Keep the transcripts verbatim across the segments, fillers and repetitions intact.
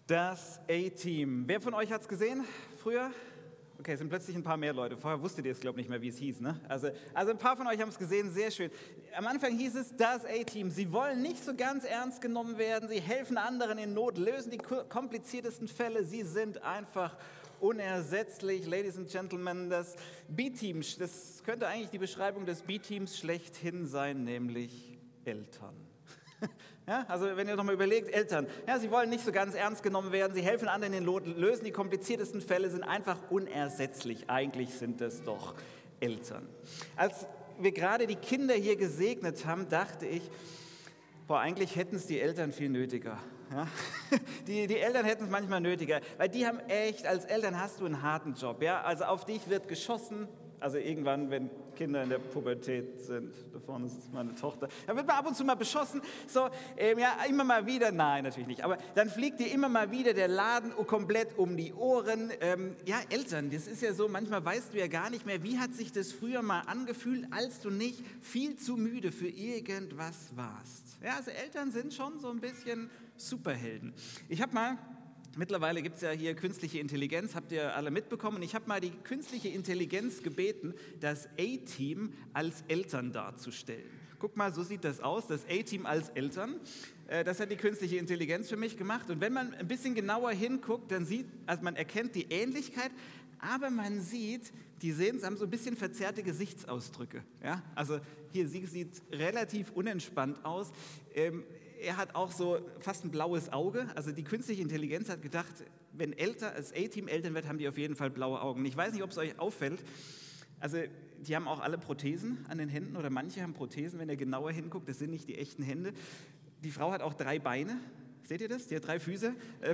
Das A-Team. Wer von euch hat es gesehen früher? Okay, es sind plötzlich ein paar mehr Leute. Vorher wusstet ihr es, glaube ich, nicht mehr, wie es hieß. Ne? Also, also ein paar von euch haben es gesehen, sehr schön. Am Anfang hieß es, das A-Team. Sie wollen nicht so ganz ernst genommen werden. Sie helfen anderen in Not, lösen die kompliziertesten Fälle. Sie sind einfach unersetzlich. Ladies and Gentlemen, das B-Team, das könnte eigentlich die Beschreibung des B-Teams schlechthin sein, nämlich Eltern. Ja, also wenn ihr nochmal überlegt, Eltern, ja, sie wollen nicht so ganz ernst genommen werden, sie helfen anderen in Not, lösen die kompliziertesten Fälle, sind einfach unersetzlich. Eigentlich sind das doch Eltern. Als wir gerade die Kinder hier gesegnet haben, dachte ich, boah, eigentlich hätten es die Eltern viel nötiger. Ja? Die, die Eltern hätten es manchmal nötiger, weil die haben echt, als Eltern hast du einen harten Job. Ja? Also auf dich wird geschossen. Also irgendwann, wenn Kinder in der Pubertät sind, da vorne ist meine Tochter, dann wird man ab und zu mal beschossen, so, ähm, ja, immer mal wieder, nein, natürlich nicht, aber dann fliegt dir immer mal wieder der Laden komplett um die Ohren. Ähm, ja, Eltern, das ist ja so, manchmal weißt du ja gar nicht mehr, wie hat sich das früher mal angefühlt, als du nicht viel zu müde für irgendwas warst. Ja, also Eltern sind schon so ein bisschen Superhelden. Ich habe mal... Mittlerweile gibt es ja hier künstliche Intelligenz, habt ihr alle mitbekommen. Ich habe mal die künstliche Intelligenz gebeten, das A-Team als Eltern darzustellen. Guck mal, so sieht das aus, das A-Team als Eltern. Das hat die künstliche Intelligenz für mich gemacht. Und wenn man ein bisschen genauer hinguckt, dann sieht, also man erkennt die Ähnlichkeit, aber man sieht, die sehen, haben so ein bisschen verzerrte Gesichtsausdrücke. Ja? Also hier, sie sieht relativ unentspannt aus. Ähm, Er hat auch so fast ein blaues Auge. Also die künstliche Intelligenz hat gedacht, wenn Eltern, das A-Team Eltern wird, haben die auf jeden Fall blaue Augen. Ich weiß nicht, ob es euch auffällt. Also die haben auch alle Prothesen an den Händen oder manche haben Prothesen, wenn ihr genauer hinguckt. Das sind nicht die echten Hände. Die Frau hat auch drei Beine. Seht ihr das? Die hat drei Füße.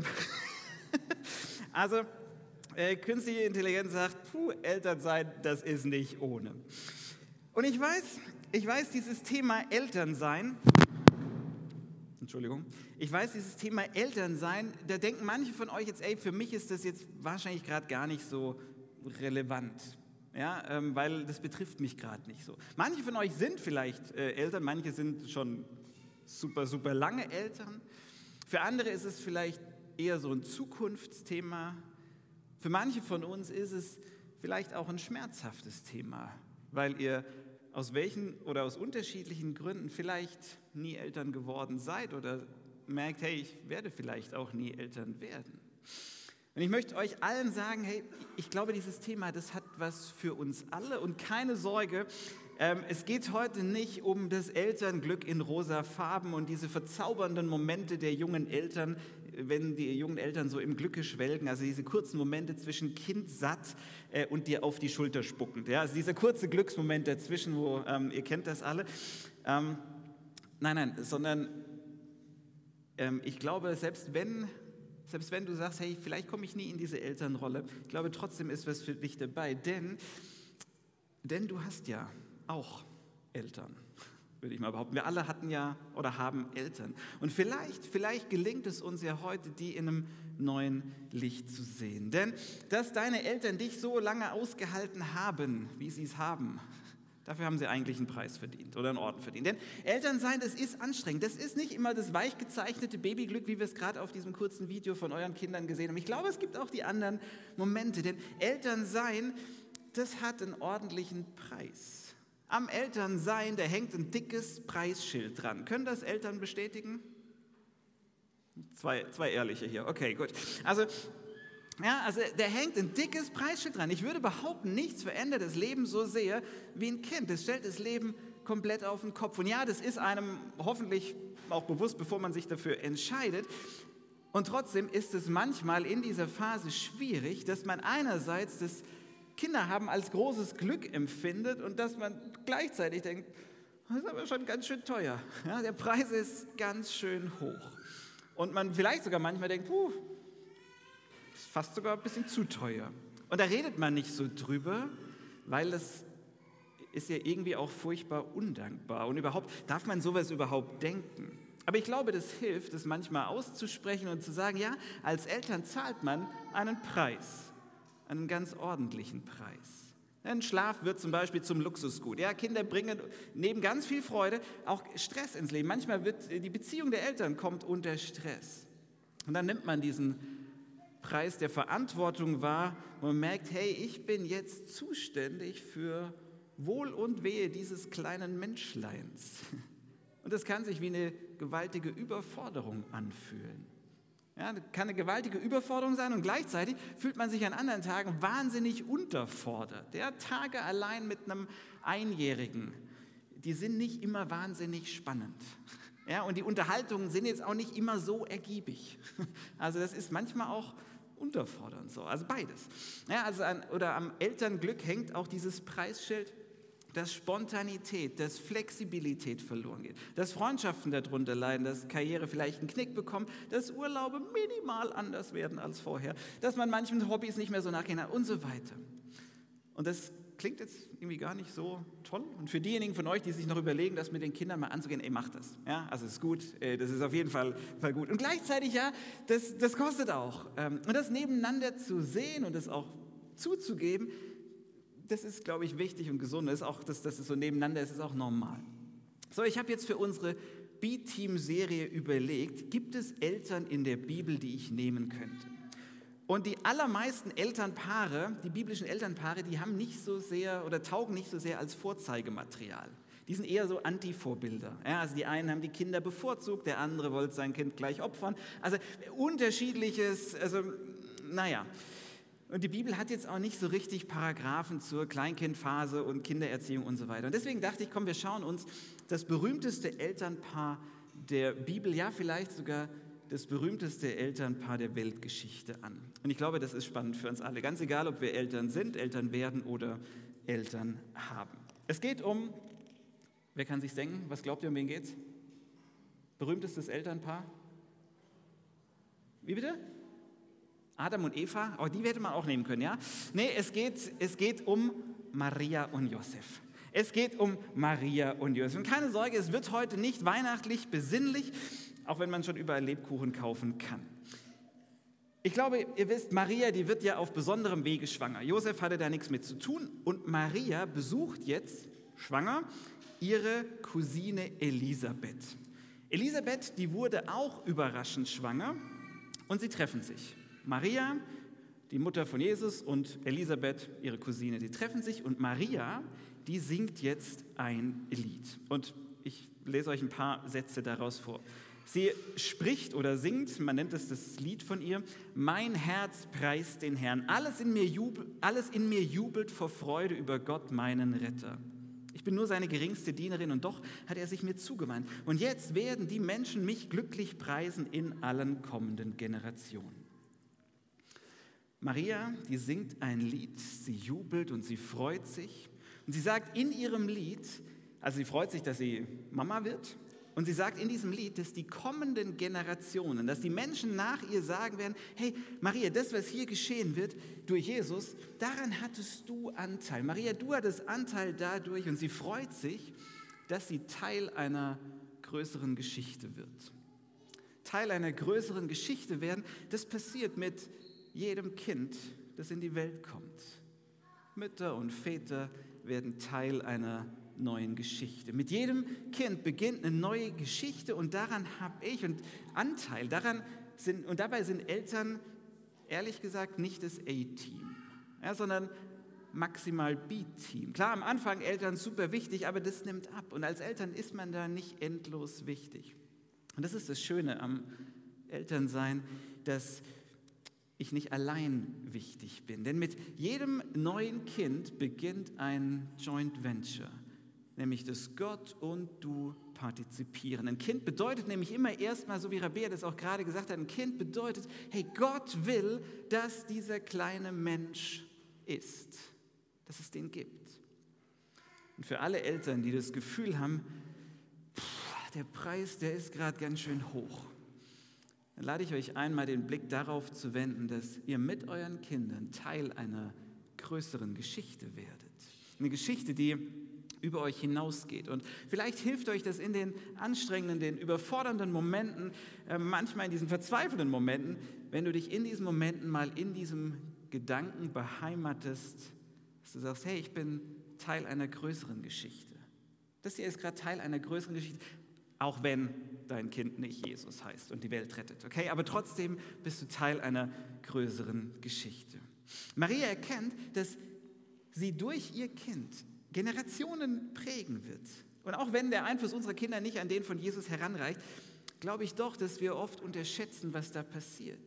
Also äh, künstliche Intelligenz sagt, puh, Eltern sein, das ist nicht ohne. Und ich weiß, ich weiß, dieses Thema Elternsein... Entschuldigung. Ich weiß, dieses Thema Elternsein, da denken manche von euch jetzt, ey, für mich ist das jetzt wahrscheinlich gerade gar nicht so relevant, ja, ähm, weil das betrifft mich gerade nicht so. Manche von euch sind vielleicht äh, Eltern, manche sind schon super, super lange Eltern. Für andere ist es vielleicht eher so ein Zukunftsthema. Für manche von uns ist es vielleicht auch ein schmerzhaftes Thema, weil ihr aus welchen oder aus unterschiedlichen Gründen vielleicht nie Eltern geworden seid oder merkt, hey, ich werde vielleicht auch nie Eltern werden. Und ich möchte euch allen sagen, hey, ich glaube, dieses Thema, das hat was für uns alle und keine Sorge, ähm, es geht heute nicht um das Elternglück in rosa Farben und diese verzaubernden Momente der jungen Eltern, wenn die jungen Eltern so im Glücke schwelgen, also diese kurzen Momente zwischen Kind satt äh, und dir auf die Schulter spuckend. Ja? Also dieser kurze Glücksmoment dazwischen, wo ähm, ihr kennt das alle. Ähm, nein, nein, sondern ähm, ich glaube, selbst wenn, selbst wenn du sagst, hey, vielleicht komme ich nie in diese Elternrolle, ich glaube, trotzdem ist was für dich dabei, denn, denn du hast ja auch Eltern. Würde ich mal behaupten. Wir alle hatten ja oder haben Eltern. Und vielleicht, vielleicht gelingt es uns ja heute, die in einem neuen Licht zu sehen. Denn dass deine Eltern dich so lange ausgehalten haben, wie sie es haben, dafür haben sie eigentlich einen Preis verdient oder einen Orden verdient. Denn Elternsein, das ist anstrengend. Das ist nicht immer das weich gezeichnete Babyglück, wie wir es gerade auf diesem kurzen Video von euren Kindern gesehen haben. Ich glaube, es gibt auch die anderen Momente. Denn Elternsein, das hat einen ordentlichen Preis. Am Elternsein, da hängt ein dickes Preisschild dran. Können das Eltern bestätigen? Zwei, zwei Ehrliche hier. Okay, gut. Also, ja, also da hängt ein dickes Preisschild dran. Ich würde behaupten, nichts verändert das Leben so sehr wie ein Kind. Das stellt das Leben komplett auf den Kopf. Und ja, das ist einem hoffentlich auch bewusst, bevor man sich dafür entscheidet. Und trotzdem ist es manchmal in dieser Phase schwierig, dass man einerseits das Kinder haben als großes Glück empfindet und dass man gleichzeitig denkt, das ist aber schon ganz schön teuer. Ja, der Preis ist ganz schön hoch. Und man vielleicht sogar manchmal denkt, puh, das ist fast sogar ein bisschen zu teuer. Und da redet man nicht so drüber, weil das ist ja irgendwie auch furchtbar undankbar. Und überhaupt, darf man sowas überhaupt denken? Aber ich glaube, das hilft, das manchmal auszusprechen und zu sagen, ja, als Eltern zahlt man einen Preis. Einen ganz ordentlichen Preis. Ein Schlaf wird zum Beispiel zum Luxusgut. Ja, Kinder bringen neben ganz viel Freude auch Stress ins Leben. Manchmal wird die Beziehung der Eltern kommt unter Stress. Und dann nimmt man diesen Preis der Verantwortung wahr, wo man merkt, hey, ich bin jetzt zuständig für Wohl und Wehe dieses kleinen Menschleins. Und das kann sich wie eine gewaltige Überforderung anfühlen. Ja, das kann eine gewaltige Überforderung sein und gleichzeitig fühlt man sich an anderen Tagen wahnsinnig unterfordert. Ja, Tage allein mit einem Einjährigen, die sind nicht immer wahnsinnig spannend. Ja, und die Unterhaltungen sind jetzt auch nicht immer so ergiebig. Also das ist manchmal auch unterfordernd so, also beides. Ja, also an, oder am Elternglück hängt auch dieses Preisschild, dass Spontanität, dass Flexibilität verloren geht, dass Freundschaften darunter leiden, dass Karriere vielleicht einen Knick bekommt, dass Urlaube minimal anders werden als vorher, dass man manchen Hobbys nicht mehr so nachgehen hat und so weiter. Und das klingt jetzt irgendwie gar nicht so toll. Und für diejenigen von euch, die sich noch überlegen, das mit den Kindern mal anzugehen, ey, macht das. Ja, also ist gut, das ist auf jeden Fall, Fall gut. Und gleichzeitig, ja, das, das kostet auch. Und das nebeneinander zu sehen und das auch zuzugeben, das ist, glaube ich, wichtig und gesund. Das ist auch, dass das so nebeneinander ist, ist auch normal. So, ich habe jetzt für unsere B-Team-Serie überlegt, gibt es Eltern in der Bibel, die ich nehmen könnte? Und die allermeisten Elternpaare, die biblischen Elternpaare, die haben nicht so sehr oder taugen nicht so sehr als Vorzeigematerial. Die sind eher so Antivorbilder. Ja, also die einen haben die Kinder bevorzugt, der andere wollte sein Kind gleich opfern. Also unterschiedliches, also naja. Und die Bibel hat jetzt auch nicht so richtig Paragraphen zur Kleinkindphase und Kindererziehung und so weiter. Und deswegen dachte ich, komm, wir schauen uns das berühmteste Elternpaar der Bibel, ja vielleicht sogar das berühmteste Elternpaar der Weltgeschichte an. Und ich glaube, das ist spannend für uns alle, ganz egal, ob wir Eltern sind, Eltern werden oder Eltern haben. Es geht um, wer kann sich's denken, was glaubt ihr, um wen geht's? Berühmtestes Elternpaar? Wie bitte? Adam und Eva, oh, die hätte man auch nehmen können, ja? Nee, es geht, es geht um Maria und Josef. Es geht um Maria und Josef. Und keine Sorge, es wird heute nicht weihnachtlich, besinnlich, auch wenn man schon überall Lebkuchen kaufen kann. Ich glaube, ihr wisst, Maria, die wird ja auf besonderem Wege schwanger. Josef hatte da nichts mit zu tun und Maria besucht jetzt, schwanger, ihre Cousine Elisabeth. Elisabeth, die wurde auch überraschend schwanger und sie treffen sich. Maria, die Mutter von Jesus, und Elisabeth, ihre Cousine, die treffen sich und Maria, die singt jetzt ein Lied. Und ich lese euch ein paar Sätze daraus vor. Sie spricht oder singt, man nennt es das Lied von ihr, mein Herz preist den Herrn, alles in mir jubelt, alles in mir jubelt vor Freude über Gott, meinen Retter. Ich bin nur seine geringste Dienerin und doch hat er sich mir zugewandt. Und jetzt werden die Menschen mich glücklich preisen in allen kommenden Generationen. Maria, die singt ein Lied, sie jubelt und sie freut sich. Und sie sagt in ihrem Lied, also sie freut sich, dass sie Mama wird. Und sie sagt in diesem Lied, dass die kommenden Generationen, dass die Menschen nach ihr sagen werden, hey Maria, das, was hier geschehen wird durch Jesus, daran hattest du Anteil. Maria, du hattest Anteil dadurch und sie freut sich, dass sie Teil einer größeren Geschichte wird. Teil einer größeren Geschichte werden, das passiert mit jedem Kind, das in die Welt kommt. Mütter und Väter werden Teil einer neuen Geschichte. Mit jedem Kind beginnt eine neue Geschichte und daran habe ich und Anteil. Daran sind, und dabei sind Eltern, ehrlich gesagt, nicht das A-Team, ja, sondern maximal B-Team. Klar, am Anfang Eltern super wichtig, aber das nimmt ab. Und als Eltern ist man da nicht endlos wichtig. Und das ist das Schöne am Elternsein, dass ich nicht allein wichtig bin. Denn mit jedem neuen Kind beginnt ein Joint Venture, nämlich dass Gott und du partizipieren. Ein Kind bedeutet nämlich immer erstmal, so wie Rabea das auch gerade gesagt hat, ein Kind bedeutet, hey, Gott will, dass dieser kleine Mensch ist, dass es den gibt. Und für alle Eltern, die das Gefühl haben, pff, der Preis, der ist gerade ganz schön hoch, dann lade ich euch ein, mal den Blick darauf zu wenden, dass ihr mit euren Kindern Teil einer größeren Geschichte werdet. Eine Geschichte, die über euch hinausgeht. Und vielleicht hilft euch das in den anstrengenden, den überfordernden Momenten, äh, manchmal in diesen verzweifelnden Momenten, wenn du dich in diesen Momenten mal in diesem Gedanken beheimatest, dass du sagst, hey, ich bin Teil einer größeren Geschichte. Das hier ist gerade Teil einer größeren Geschichte. Auch wenn dein Kind nicht Jesus heißt und die Welt rettet, okay? Aber trotzdem bist du Teil einer größeren Geschichte. Maria erkennt, dass sie durch ihr Kind Generationen prägen wird. Und auch wenn der Einfluss unserer Kinder nicht an den von Jesus heranreicht, glaube ich doch, dass wir oft unterschätzen, was da passiert.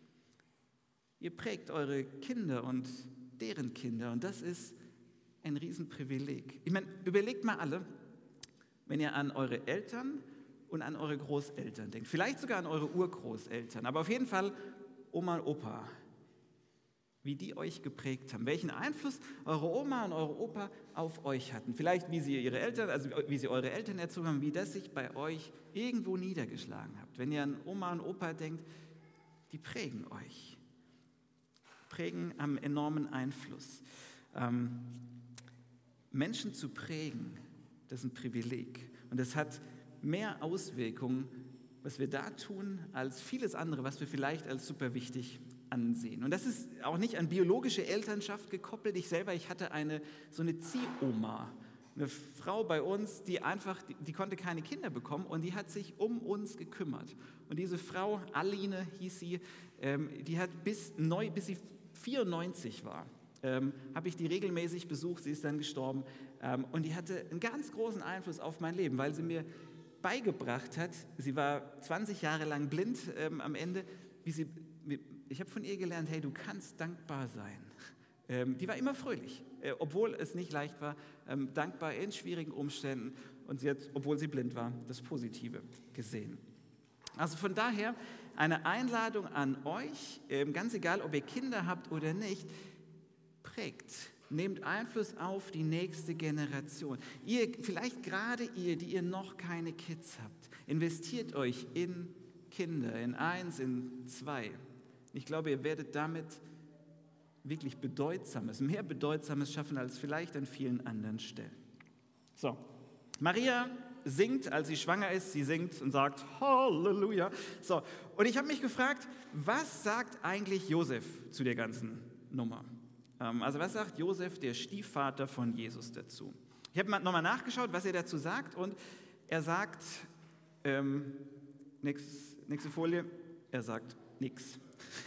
Ihr prägt eure Kinder und deren Kinder und das ist ein Riesenprivileg. Ich meine, überlegt mal alle, wenn ihr an eure Eltern und an eure Großeltern denkt, vielleicht sogar an eure Urgroßeltern, aber auf jeden Fall Oma und Opa, wie die euch geprägt haben, welchen Einfluss eure Oma und eure Opa auf euch hatten, vielleicht wie sie ihre Eltern, also wie sie eure Eltern erzogen haben, wie das sich bei euch irgendwo niedergeschlagen hat. Wenn ihr an Oma und Opa denkt, die prägen euch, prägen haben enormen Einfluss. Ähm, Menschen zu prägen, das ist ein Privileg und das hat mehr Auswirkungen, was wir da tun, als vieles andere, was wir vielleicht als super wichtig ansehen. Und das ist auch nicht an biologische Elternschaft gekoppelt. Ich selber, ich hatte eine so eine Ziehoma, eine Frau bei uns, die einfach, die, die konnte keine Kinder bekommen und die hat sich um uns gekümmert. Und diese Frau, Aline hieß sie, ähm, die hat bis, neu, bis sie vierundneunzig war, ähm, habe ich die regelmäßig besucht. Sie ist dann gestorben ähm, und die hatte einen ganz großen Einfluss auf mein Leben, weil sie mir beigebracht hat, sie war zwanzig Jahre lang blind ähm, am Ende, wie sie, wie, ich habe von ihr gelernt, hey, du kannst dankbar sein. Ähm, die war immer fröhlich, äh, obwohl es nicht leicht war, ähm, dankbar in schwierigen Umständen und sie hat, obwohl sie blind war, das Positive gesehen. Also von daher eine Einladung an euch, ähm, ganz egal, ob ihr Kinder habt oder nicht, prägt. Nehmt Einfluss auf die nächste Generation. Ihr, vielleicht gerade ihr, die ihr noch keine Kids habt, investiert euch in Kinder, in eins, in zwei. Ich glaube, ihr werdet damit wirklich Bedeutsames, mehr Bedeutsames schaffen als vielleicht an vielen anderen Stellen. So, Maria singt, als sie schwanger ist, sie singt und sagt Halleluja. So, und ich habe mich gefragt, was sagt eigentlich Josef zu der ganzen Nummer? Also was sagt Josef, der Stiefvater von Jesus, dazu? Ich habe nochmal nachgeschaut, was er dazu sagt und er sagt, ähm, nächste, nächste Folie, er sagt nichts.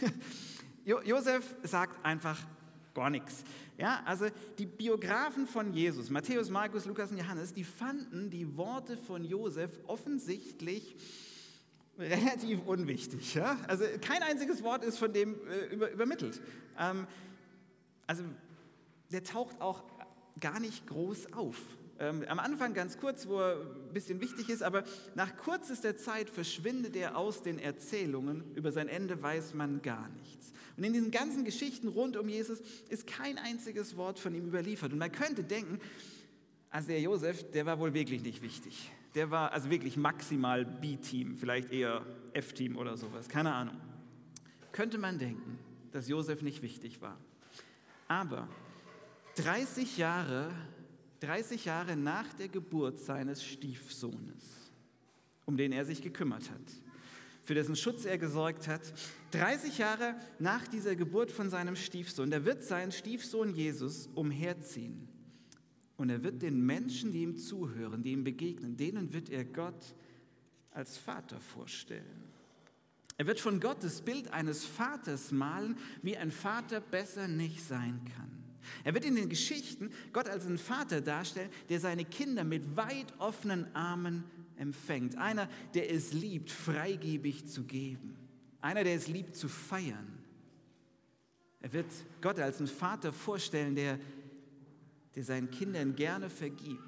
jo, Josef sagt einfach gar nichts. Ja, also die Biografen von Jesus, Matthäus, Markus, Lukas und Johannes, die fanden die Worte von Josef offensichtlich relativ unwichtig. Ja? Also kein einziges Wort ist von dem äh, über, übermittelt. Ähm, Also der taucht auch gar nicht groß auf. Ähm, am Anfang ganz kurz, wo er ein bisschen wichtig ist, aber nach kürzester Zeit verschwindet er aus den Erzählungen. Über sein Ende weiß man gar nichts. Und in diesen ganzen Geschichten rund um Jesus ist kein einziges Wort von ihm überliefert. Und man könnte denken, also der Josef, der war wohl wirklich nicht wichtig. Der war also wirklich maximal B-Team, vielleicht eher F-Team oder sowas, keine Ahnung. Könnte man denken, dass Josef nicht wichtig war. Aber dreißig Jahre, dreißig Jahre nach der Geburt seines Stiefsohnes, um den er sich gekümmert hat, für dessen Schutz er gesorgt hat, dreißig Jahre nach dieser Geburt von seinem Stiefsohn, da wird sein Stiefsohn Jesus umherziehen. Und er wird den Menschen, die ihm zuhören, die ihm begegnen, denen wird er Gott als Vater vorstellen. Er wird von Gott das Bild eines Vaters malen, wie ein Vater besser nicht sein kann. Er wird in den Geschichten Gott als einen Vater darstellen, der seine Kinder mit weit offenen Armen empfängt. Einer, der es liebt, freigebig zu geben. Einer, der es liebt, zu feiern. Er wird Gott als einen Vater vorstellen, der, der seinen Kindern gerne vergibt.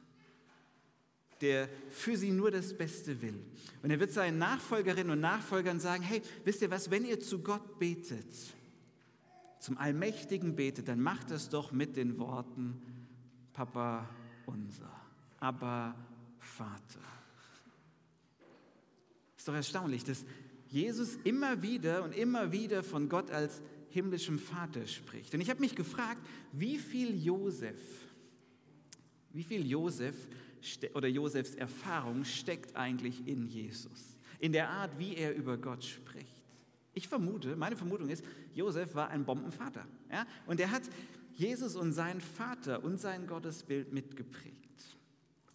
Der für sie nur das Beste will. Und er wird seinen Nachfolgerinnen und Nachfolgern sagen, hey, wisst ihr was, wenn ihr zu Gott betet, zum Allmächtigen betet, dann macht das doch mit den Worten Papa unser, Abba Vater. Ist doch erstaunlich, dass Jesus immer wieder und immer wieder von Gott als himmlischem Vater spricht. Und ich habe mich gefragt, wie viel Josef, wie viel Josef oder Josefs Erfahrung steckt eigentlich in Jesus, in der Art, wie er über Gott spricht. Ich vermute, meine Vermutung ist, Josef war ein Bombenvater. Ja? Und er hat Jesus und seinen Vater und sein Gottesbild mitgeprägt.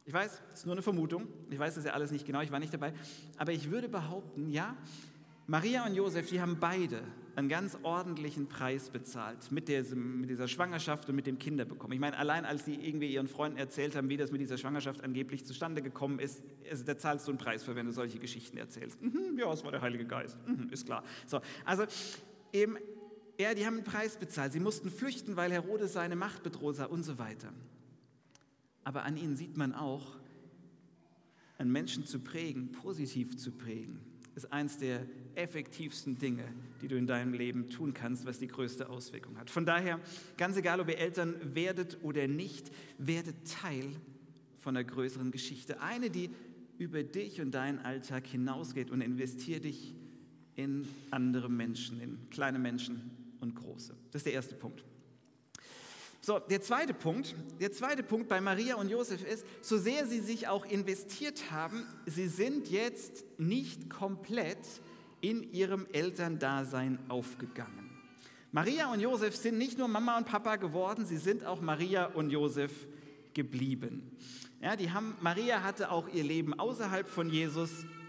Ich weiß, es ist nur eine Vermutung, ich weiß das ja alles nicht genau, ich war nicht dabei, aber ich würde behaupten, ja, Maria und Josef, die haben beide einen ganz ordentlichen Preis bezahlt mit, diesem, mit dieser Schwangerschaft und mit dem Kinderbekommen. Ich meine, allein als sie irgendwie ihren Freunden erzählt haben, wie das mit dieser Schwangerschaft angeblich zustande gekommen ist, also da zahlst du einen Preis für, wenn du solche Geschichten erzählst. Mhm, ja, es war der Heilige Geist, mhm, ist klar. So, also eben, ja, die haben einen Preis bezahlt. Sie mussten flüchten, weil Herodes seine Macht bedroht sah und so weiter. Aber an ihnen sieht man auch, einen Menschen zu prägen, positiv zu prägen, ist eins der effektivsten Dinge, die du in deinem Leben tun kannst, was die größte Auswirkung hat. Von daher, ganz egal, ob ihr Eltern werdet oder nicht, werdet Teil von einer größeren Geschichte. Eine, die über dich und deinen Alltag hinausgeht, und investiere dich in andere Menschen, in kleine Menschen und große. Das ist der erste Punkt. So, der zweite Punkt, der zweite Punkt bei Maria und Josef ist, so sehr sie sich auch investiert haben, sie sind jetzt nicht komplett in ihrem Elterndasein aufgegangen. Maria und Josef sind nicht nur Mama und Papa geworden, sie sind auch Maria und Josef geblieben. Ja, die haben, Maria hatte auch ihr Leben außerhalb von Jesus.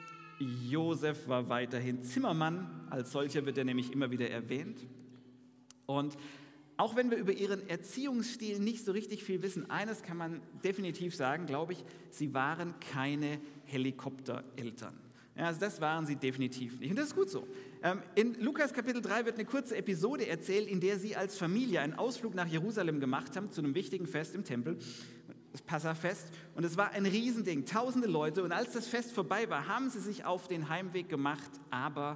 Josef war weiterhin Zimmermann, als solcher wird er nämlich immer wieder erwähnt. Und auch wenn wir über ihren Erziehungsstil nicht so richtig viel wissen, eines kann man definitiv sagen, glaube ich, sie waren keine Helikoptereltern. Ja, also das waren sie definitiv nicht. Und das ist gut so. In Lukas Kapitel drei wird eine kurze Episode erzählt, in der sie als Familie einen Ausflug nach Jerusalem gemacht haben, zu einem wichtigen Fest im Tempel, das Passafest. Und es war ein Riesending, tausende Leute. Und als das Fest vorbei war, haben sie sich auf den Heimweg gemacht, aber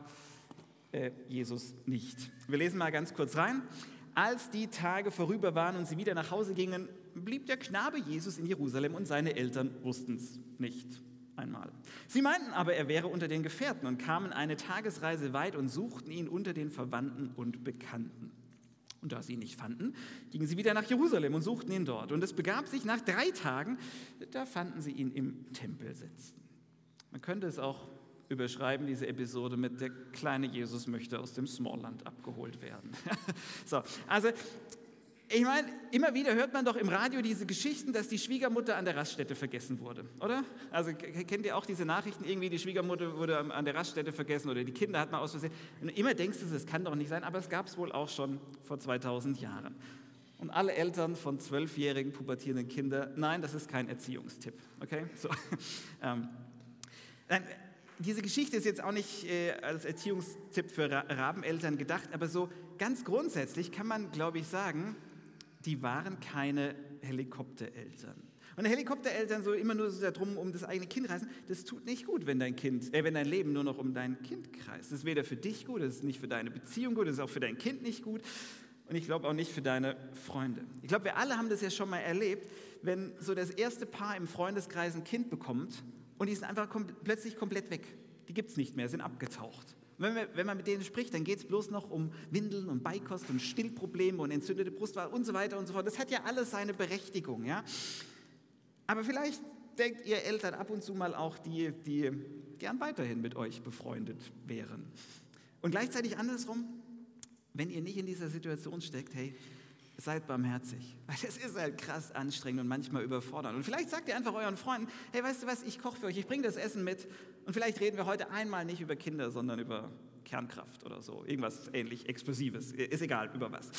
äh, Jesus nicht. Wir lesen mal ganz kurz rein. Als die Tage vorüber waren und sie wieder nach Hause gingen, blieb der Knabe Jesus in Jerusalem und seine Eltern wussten es nicht einmal. Sie meinten aber, er wäre unter den Gefährten und kamen eine Tagesreise weit und suchten ihn unter den Verwandten und Bekannten. Und da sie ihn nicht fanden, gingen sie wieder nach Jerusalem und suchten ihn dort. Und es begab sich nach drei Tagen, da fanden sie ihn im Tempel sitzen. Man könnte es auch überschreiben, diese Episode mit der kleine Jesus möchte aus dem Smallland abgeholt werden. So, also ich meine, immer wieder hört man doch im Radio diese Geschichten, dass die Schwiegermutter an der Raststätte vergessen wurde, oder? Also kennt ihr auch diese Nachrichten, irgendwie die Schwiegermutter wurde an der Raststätte vergessen oder die Kinder hat man aus Versehen. Und immer denkst du, das kann doch nicht sein, aber es gab es wohl auch schon vor zweitausend Jahren. Und alle Eltern von zwölfjährigen pubertierenden Kindern, nein, das ist kein Erziehungstipp, okay? So, ähm, nein, diese Geschichte ist jetzt auch nicht äh, als Erziehungstipp für Ra- Rabeneltern gedacht, aber so ganz grundsätzlich kann man, glaube ich, sagen, die waren keine Helikoptereltern. Und Helikoptereltern so immer nur so darum, um das eigene Kind reisen, das tut nicht gut, wenn dein Kind, äh, wenn dein Leben nur noch um dein Kind kreist. Das ist weder für dich gut, das ist nicht für deine Beziehung gut, das ist auch für dein Kind nicht gut und ich glaube auch nicht für deine Freunde. Ich glaube, wir alle haben das ja schon mal erlebt, wenn so das erste Paar im Freundeskreis ein Kind bekommt und die sind einfach kom- plötzlich komplett weg. Die gibt es nicht mehr, sind abgetaucht. Wenn, wir, wenn man mit denen spricht, dann geht es bloß noch um Windeln und Beikost und Stillprobleme und entzündete Brustwarze und so weiter und so fort. Das hat ja alles seine Berechtigung. Ja? Aber vielleicht denkt ihr Eltern ab und zu mal auch die, die gern weiterhin mit euch befreundet wären. Und gleichzeitig andersrum, wenn ihr nicht in dieser Situation steckt, hey, seid barmherzig. Das ist halt krass anstrengend und manchmal überfordernd. Und vielleicht sagt ihr einfach euren Freunden, hey, weißt du was, ich koche für euch, ich bringe das Essen mit und vielleicht reden wir heute einmal nicht über Kinder, sondern über Kernkraft oder so. Irgendwas ähnlich Explosives, ist egal, über was.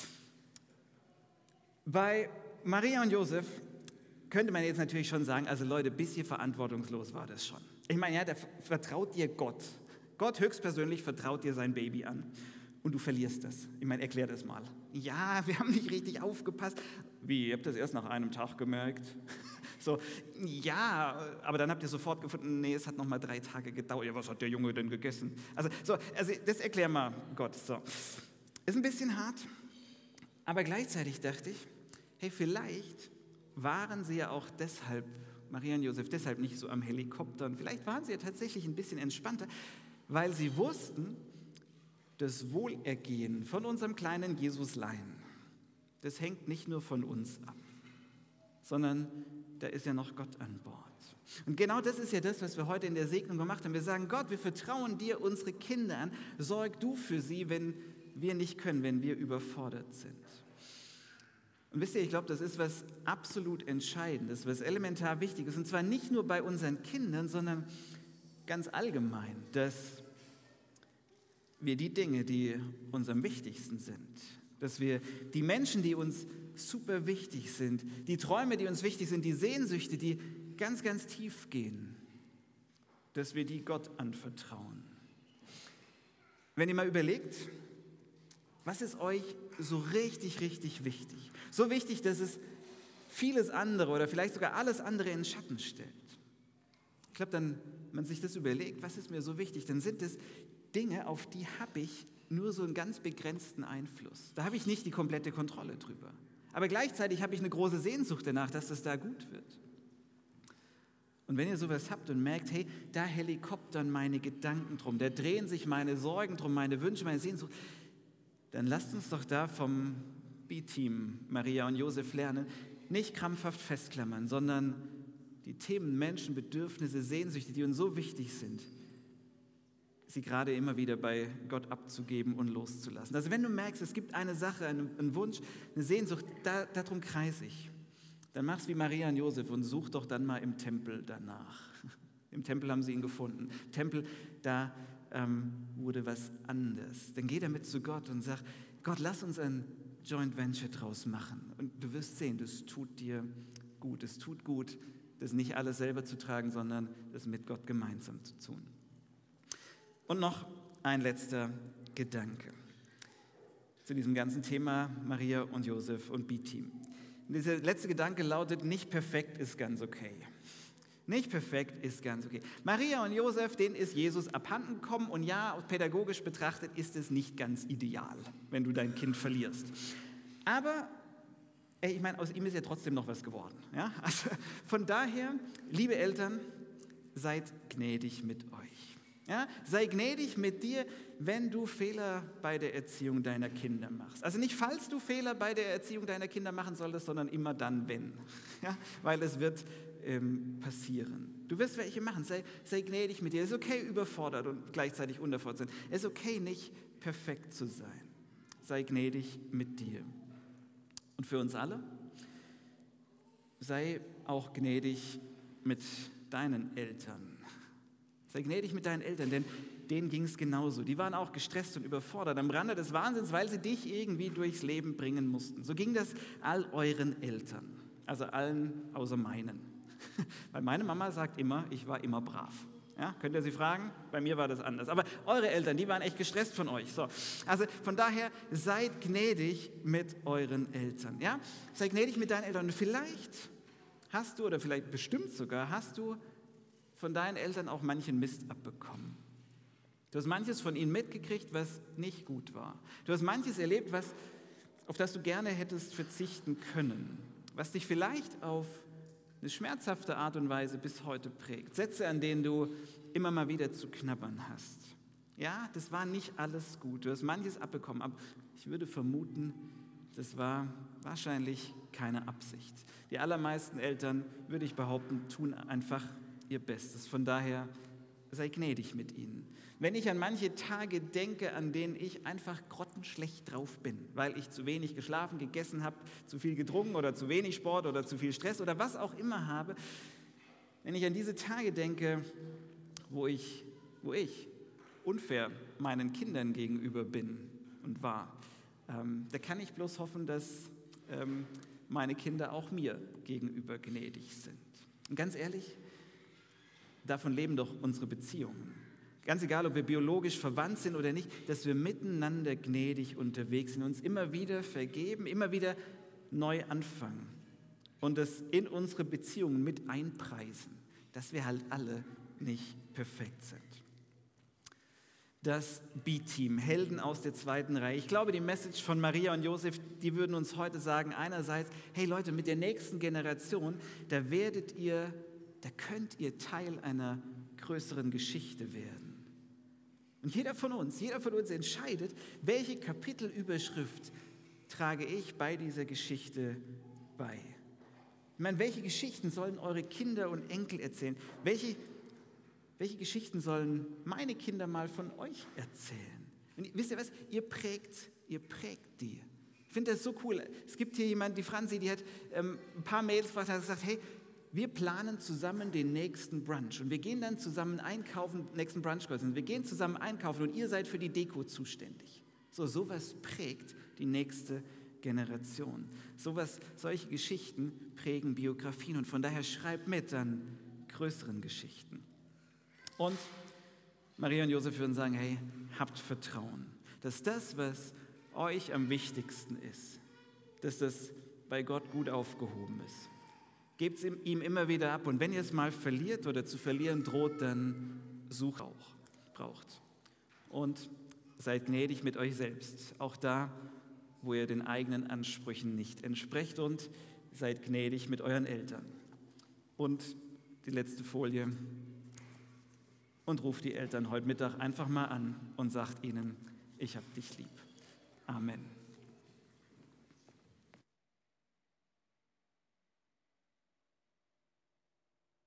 Bei Maria und Josef könnte man jetzt natürlich schon sagen, also Leute, ein bisschen verantwortungslos war das schon. Ich meine, ja, der vertraut dir Gott. Gott höchstpersönlich vertraut dir sein Baby an. Und du verlierst das. Ich meine, erklär das mal. Ja, wir haben nicht richtig aufgepasst. Wie, ihr habt das erst nach einem Tag gemerkt? So, ja, aber dann habt ihr sofort gefunden, nee, es hat noch mal drei Tage gedauert. Ja, was hat der Junge denn gegessen? Also, so, also das erklär mal Gott. So. Ist ein bisschen hart, aber gleichzeitig dachte ich, hey, vielleicht waren sie ja auch deshalb, Maria und Josef, deshalb nicht so am Helikoptern. Vielleicht waren sie ja tatsächlich ein bisschen entspannter, weil sie wussten, das Wohlergehen von unserem kleinen Jesuslein, das hängt nicht nur von uns ab, sondern da ist ja noch Gott an Bord. Und genau das ist ja das, was wir heute in der Segnung gemacht haben. Wir sagen, Gott, wir vertrauen dir unsere Kinder an, sorg du für sie, wenn wir nicht können, wenn wir überfordert sind. Und wisst ihr, ich glaube, das ist was absolut Entscheidendes, was elementar wichtig ist. Und zwar nicht nur bei unseren Kindern, sondern ganz allgemein, dass wir die Dinge, die uns am wichtigsten sind, dass wir die Menschen, die uns super wichtig sind, die Träume, die uns wichtig sind, die Sehnsüchte, die ganz, ganz tief gehen, dass wir die Gott anvertrauen. Wenn ihr mal überlegt, was ist euch so richtig, richtig wichtig? So wichtig, dass es vieles andere oder vielleicht sogar alles andere in den Schatten stellt. Ich glaube, dann, wenn man sich das überlegt, was ist mir so wichtig, dann sind es Dinge, auf die habe ich nur so einen ganz begrenzten Einfluss. Da habe ich nicht die komplette Kontrolle drüber. Aber gleichzeitig habe ich eine große Sehnsucht danach, dass das da gut wird. Und wenn ihr sowas habt und merkt, hey, da helikoptern meine Gedanken drum, da drehen sich meine Sorgen drum, meine Wünsche, meine Sehnsucht, dann lasst uns doch da vom B-Team Maria und Josef lernen, nicht krampfhaft festklammern, sondern die Themen, Menschen, Bedürfnisse, Sehnsüchte, die uns so wichtig sind, sie gerade immer wieder bei Gott abzugeben und loszulassen. Also wenn du merkst, es gibt eine Sache, einen, einen Wunsch, eine Sehnsucht, da, darum kreise ich, dann mach's wie Maria und Josef und such doch dann mal im Tempel danach. Im Tempel haben sie ihn gefunden. Im Tempel, da ähm, wurde was anders. Dann geh damit zu Gott und sag, Gott, lass uns ein Joint Venture draus machen. Und du wirst sehen, das tut dir gut. Es tut gut, das nicht alles selber zu tragen, sondern das mit Gott gemeinsam zu tun. Und noch ein letzter Gedanke zu diesem ganzen Thema Maria und Josef und B-Team. Dieser letzte Gedanke lautet, nicht perfekt ist ganz okay. Nicht perfekt ist ganz okay. Maria und Josef, denen ist Jesus abhanden gekommen und ja, pädagogisch betrachtet ist es nicht ganz ideal, wenn du dein Kind verlierst. Aber ey, ich meine, aus ihm ist ja trotzdem noch was geworden. Ja? Also von daher, liebe Eltern, seid gnädig mit euch. Ja? Sei gnädig mit dir, wenn du Fehler bei der Erziehung deiner Kinder machst. Also nicht, falls du Fehler bei der Erziehung deiner Kinder machen solltest, sondern immer dann, wenn. Ja? Weil es wird ähm, passieren. Du wirst welche machen. Sei, sei gnädig mit dir. Es ist okay, überfordert und gleichzeitig unterfordert zu sein. Es ist okay, nicht perfekt zu sein. Sei gnädig mit dir. Und für uns alle, sei auch gnädig mit deinen Eltern. Sei gnädig mit deinen Eltern, denn denen ging es genauso. Die waren auch gestresst und überfordert, am Rande des Wahnsinns, weil sie dich irgendwie durchs Leben bringen mussten. So ging das all euren Eltern, also allen außer meinen. Weil meine Mama sagt immer, ich war immer brav. Ja, könnt ihr sie fragen? Bei mir war das anders. Aber eure Eltern, die waren echt gestresst von euch. So. Also von daher, seid gnädig mit euren Eltern. Ja? Seid gnädig mit deinen Eltern. Und vielleicht hast du, oder vielleicht bestimmt sogar, hast du von deinen Eltern auch manchen Mist abbekommen. Du hast manches von ihnen mitgekriegt, was nicht gut war. Du hast manches erlebt, was, auf das du gerne hättest verzichten können, was dich vielleicht auf eine schmerzhafte Art und Weise bis heute prägt. Sätze, an denen du immer mal wieder zu knabbern hast. Ja, das war nicht alles gut. Du hast manches abbekommen, aber ich würde vermuten, das war wahrscheinlich keine Absicht. Die allermeisten Eltern, würde ich behaupten, tun einfach ihr Bestes. Von daher, sei gnädig mit ihnen. Wenn ich an manche Tage denke, an denen ich einfach grottenschlecht drauf bin, weil ich zu wenig geschlafen, gegessen habe, zu viel getrunken oder zu wenig Sport oder zu viel Stress oder was auch immer habe, wenn ich an diese Tage denke, wo ich, wo ich unfair meinen Kindern gegenüber bin und war, ähm, da kann ich bloß hoffen, dass ähm, meine Kinder auch mir gegenüber gnädig sind. Und ganz ehrlich, davon leben doch unsere Beziehungen. Ganz egal, ob wir biologisch verwandt sind oder nicht, dass wir miteinander gnädig unterwegs sind, uns immer wieder vergeben, immer wieder neu anfangen und das in unsere Beziehungen mit einpreisen, dass wir halt alle nicht perfekt sind. Das B-Team, Helden aus der zweiten Reihe. Ich glaube, die Message von Maria und Josef, die würden uns heute sagen, einerseits, hey Leute, mit der nächsten Generation, da werdet ihr, da könnt ihr Teil einer größeren Geschichte werden. Und jeder von uns, jeder von uns entscheidet, welche Kapitelüberschrift trage ich bei dieser Geschichte bei. Ich meine, welche Geschichten sollen eure Kinder und Enkel erzählen? Welche, welche Geschichten sollen meine Kinder mal von euch erzählen? Und wisst ihr was? Ihr prägt, ihr prägt die. Ich finde das so cool. Es gibt hier jemand, die Franzi, die hat ähm, ein paar Mails gefragt, hat gesagt, hey, wir planen zusammen den nächsten Brunch und wir gehen dann zusammen einkaufen, nächsten Brunch, und wir gehen zusammen einkaufen und ihr seid für die Deko zuständig. So, sowas prägt die nächste Generation. Sowas, solche Geschichten prägen Biografien und von daher schreibt mit an größeren Geschichten. Und Maria und Josef würden sagen, hey, habt Vertrauen, dass das, was euch am wichtigsten ist, dass das bei Gott gut aufgehoben ist. Gebt es ihm immer wieder ab und wenn ihr es mal verliert oder zu verlieren droht, dann sucht auch, braucht. Und seid gnädig mit euch selbst, auch da, wo ihr den eigenen Ansprüchen nicht entsprecht und seid gnädig mit euren Eltern. Und die letzte Folie. Und ruft die Eltern heute Mittag einfach mal an und sagt ihnen, ich hab dich lieb. Amen.